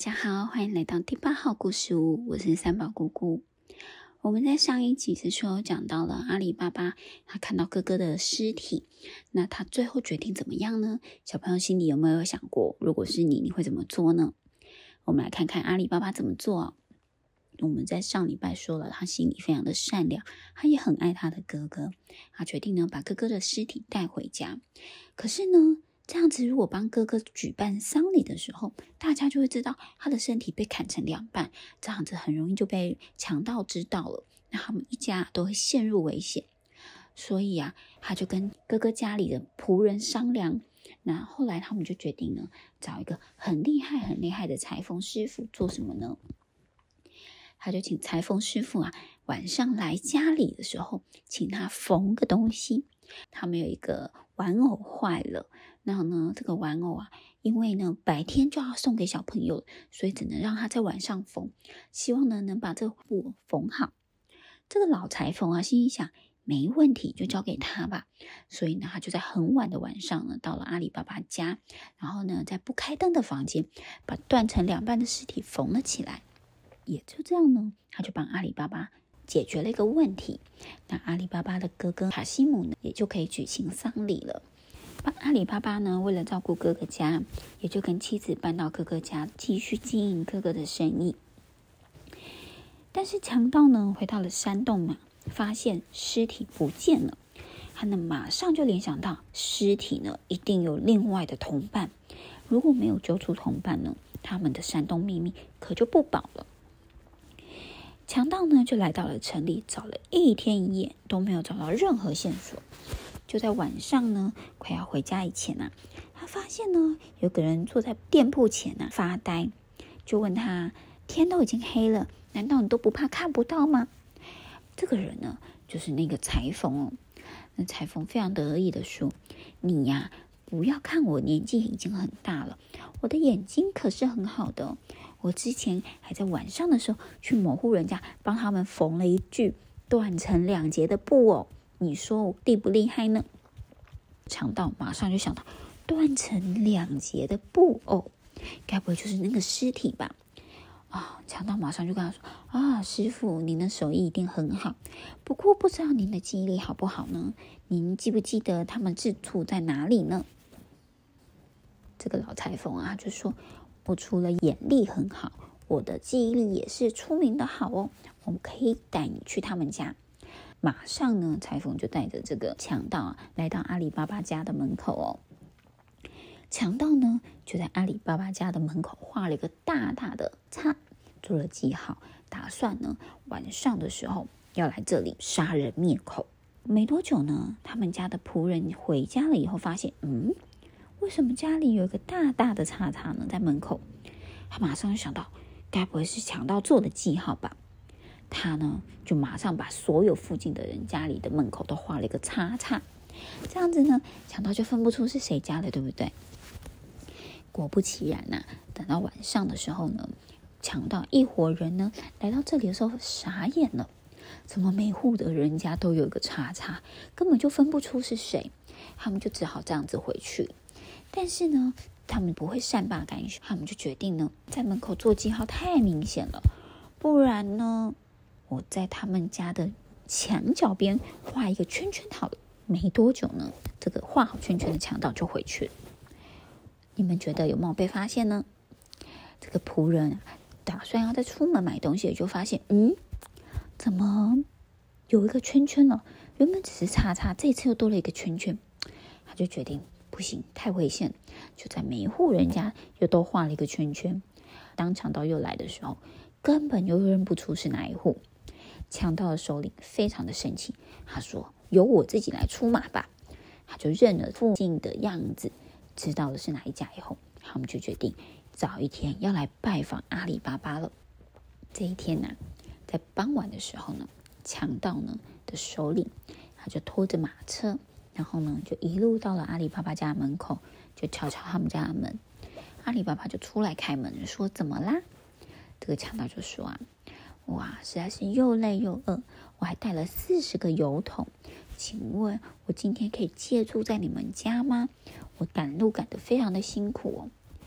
家好，欢迎来到第8号故事屋，我是三宝姑姑。我们在上一集的时候讲到了阿里巴巴，他看到哥哥的尸体，那他最后决定怎么样呢？小朋友心里有没有想过，如果是你会怎么做呢？我们来看看阿里巴巴怎么做。我们在上礼拜说了，他心里非常的善良，他也很爱他的哥哥，他决定呢把哥哥的尸体带回家。可是呢，这样子如果帮哥哥举办丧礼的时候，大家就会知道他的身体被砍成2半，这样子很容易就被强盗知道了，那他们一家都会陷入危险。所以啊，他就跟哥哥家里的仆人商量，那后来他们就决定呢，找一个很厉害的裁缝师傅做什么呢？他就请裁缝师傅啊，晚上来家里的时候，请他缝个东西。他们有一个玩偶坏了，然后呢，这个玩偶啊，因为呢白天就要送给小朋友，所以只能让他在晚上缝，希望呢能把这个布缝好。这个老裁缝啊，心里想，没问题，就交给他吧。所以呢，他就在很晚的晚上呢，到了阿里巴巴家，然后呢，在不开灯的房间，把断成2半的尸体缝了起来。也就这样呢，他就帮阿里巴巴解决了一个问题。那阿里巴巴的哥哥卡西姆呢，也就可以举行丧礼了。阿里巴巴呢，为了照顾哥哥家，也就跟妻子搬到哥哥家，继续经营哥哥的生意。但是强盗呢，回到了山洞嘛，发现尸体不见了，他呢马上就联想到尸体呢一定有另外的同伴，如果没有揪出同伴呢，他们的山洞秘密可就不保了。强盗呢就来到了城里，找了1天1夜都没有找到任何线索。就在晚上呢，快要回家以前啊，他发现呢有个人坐在店铺前啊发呆，就问他：天都已经黑了，难道你都不怕看不到吗？这个人呢就是那个裁缝哦。那裁缝非常得意的说：你呀，不要看我年纪已经很大了，我的眼睛可是很好的哦。我之前还在晚上的时候去某户人家帮他们缝了一具断成2截的布偶，你说我厉不厉害呢？强盗马上就想到，断成2截的布偶，该不会就是那个尸体吧？强盗马上就跟他说：师傅，您的手艺一定很好，不过不知道您的记忆力好不好呢？您记不记得他们住处在哪里呢？这个老裁缝啊就说：我除了眼力很好，我的记忆力也是出名的好哦，我们可以带你去他们家。马上呢，裁缝就带着这个强盗啊，来到阿里巴巴家的门口哦。强盗呢，就在阿里巴巴家的门口画了一个大大的叉，做了记号，打算呢晚上的时候要来这里杀人灭口。没多久呢，他们家的仆人回家了以后，发现为什么家里有一个大大的叉叉呢？在门口，他马上就想到，该不会是强盗做的记号吧？他呢就马上把所有附近的人家里的门口都画了一个叉叉，这样子呢，强盗就分不出是谁家的，对不对？果不其然啊，等到晚上的时候呢，强盗一伙人呢来到这里的时候傻眼了，怎么每户的人家都有一个叉叉，根本就分不出是谁，他们就只好这样子回去。但是呢，他们不会善罢甘休，他们就决定呢，在门口做记号太明显了，不然呢，我在他们家的墙角边画一个圈圈好了。没多久呢，这个画好圈圈的强盗就回去了。你们觉得有没有被发现呢？这个仆人打算要再出门买东西，就发现怎么有一个圈圈了？原本只是叉叉，这次又多了一个圈圈。他就决定不行，太危险，就在每一户人家又都画了一个圈圈。当强盗又来的时候，根本又认不出是哪一户。强盗的首领非常的生气，他说：由我自己来出马吧。他就认了附近的样子，知道了是哪一家以后，他们就决定早一天要来拜访阿里巴巴了。这一天呢，在傍晚的时候呢，强盗呢的首领他就拖着马车，然后呢就一路到了阿里巴巴家门口，就敲敲他们家的门。阿里巴巴就出来开门，说：怎么啦？这个强盗就说：哇，实在是又累又饿，我还带了40个油桶，请问我今天可以借住在你们家吗？我赶路赶得非常的辛苦哦。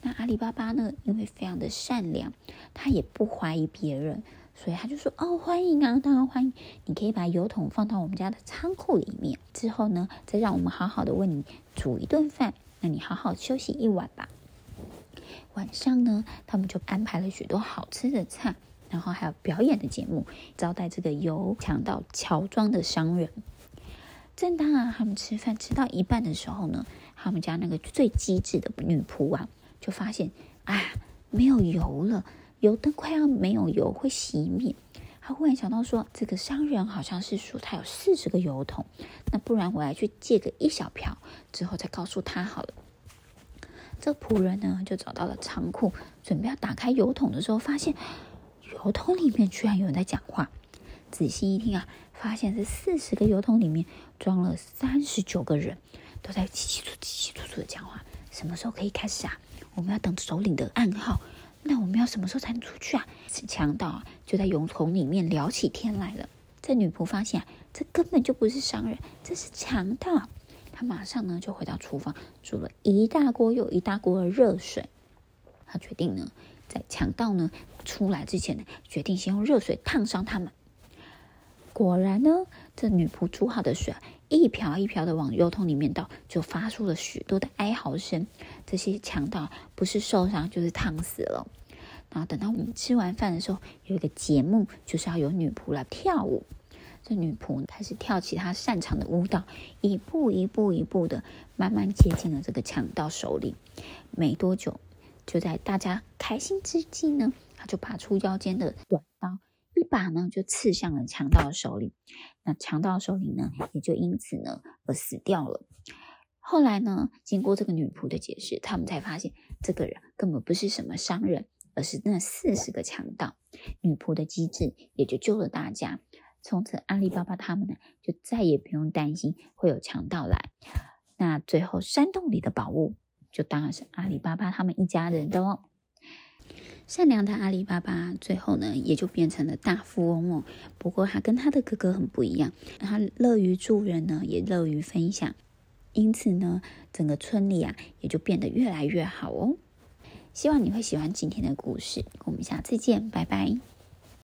那阿里巴巴呢，因为非常的善良，他也不怀疑别人，所以他就说欢迎啊，当然欢迎，你可以把油桶放到我们家的仓库里面，之后呢再让我们好好的为你煮一顿饭，那你好好休息一晚吧。晚上呢，他们就安排了许多好吃的菜，然后还有表演的节目，招待这个由强盗乔装的商人。正当他们吃饭吃到一半的时候呢，他们家那个最机智的女仆就发现没有油了，油灯快要没有油会熄灭。他忽然想到说，这个商人好像是说他有40个油桶，那不然我来去借个一小瓢，之后再告诉他好了。这个仆人呢就找到了仓库，准备要打开油桶的时候，发现油桶里面居然有人在讲话。仔细一听发现这40个油桶里面装了39个人，都在稀稀疏疏的讲话。什么时候可以开始我们要等首领的暗号。那我们要什么时候才能出去强盗就在油桶里面聊起天来了。这女仆发现这根本就不是商人，这是强盗。她马上呢就回到厨房，煮了一大锅又一大锅的热水。她决定呢，在强盗呢出来之前呢，决定先用热水烫伤他们。果然呢，这女仆煮好的水一瓢一瓢的往油桶里面倒，就发出了许多的哀嚎声。这些强盗不是受伤就是烫死了。然后等到我们吃完饭的时候，有一个节目就是要由女仆来跳舞。这女仆开始跳起她擅长的舞蹈，一步一步的慢慢接近了这个强盗首领。没多久，就在大家开心之际呢，她就拔出腰间的短刀，一把呢就刺向了强盗的首领。那强盗首领呢也就因此呢而死掉了。后来呢，经过这个女仆的解释，他们才发现这个人根本不是什么商人，而是那40个强盗。女仆的机智也就救了大家。从此阿里巴巴他们呢就再也不用担心会有强盗来。那最后山洞里的宝物就当然是阿里巴巴他们一家人的哦。善良的阿里巴巴最后呢也就变成了大富翁哦。不过他跟他的哥哥很不一样，他乐于助人呢，也乐于分享，因此呢整个村里也就变得越来越好哦。希望你会喜欢今天的故事，我们下次见，拜拜。